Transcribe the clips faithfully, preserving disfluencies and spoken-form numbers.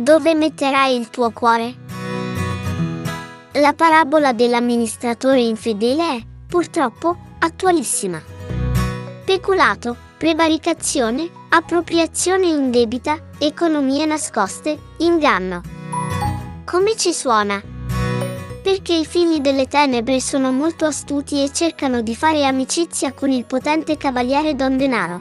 Dove metterai il tuo cuore? La parabola dell'amministratore infedele è, purtroppo, attualissima. Peculato, prevaricazione, appropriazione indebita, economie nascoste, inganno. Come ci suona? Perché i figli delle tenebre sono molto astuti e cercano di fare amicizia con il potente cavaliere Don Denaro.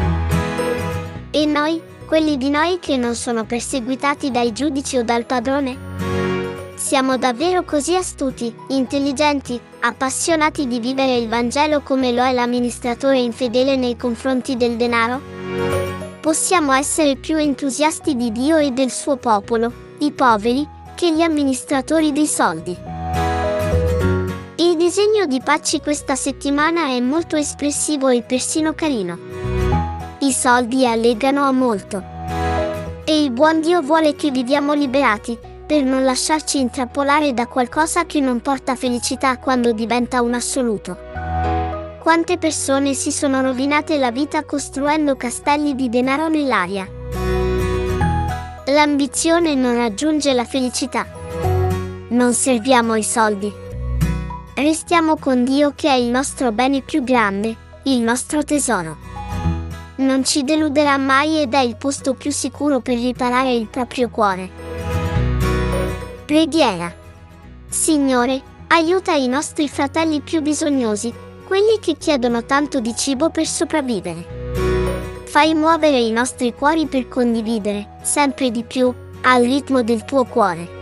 E noi, quelli di noi che non sono perseguitati dai giudici o dal padrone? Siamo davvero così astuti, intelligenti, appassionati di vivere il Vangelo come lo è l'amministratore infedele nei confronti del denaro? Possiamo essere più entusiasti di Dio e del suo popolo, i poveri, che gli amministratori dei soldi. Il disegno di Pacci questa settimana è molto espressivo e persino carino. I soldi allegano a molto. E il buon Dio vuole che viviamo liberati, per non lasciarci intrappolare da qualcosa che non porta felicità quando diventa un assoluto. Quante persone si sono rovinate la vita costruendo castelli di denaro nell'aria? L'ambizione non raggiunge la felicità. Non serviamo i soldi. Restiamo con Dio che è il nostro bene più grande, il nostro tesoro. Non ci deluderà mai ed è il posto più sicuro per riparare il proprio cuore. Preghiera. Signore, aiuta i nostri fratelli più bisognosi, quelli che chiedono tanto di cibo per sopravvivere. Fai muovere i nostri cuori per condividere, sempre di più, al ritmo del tuo cuore.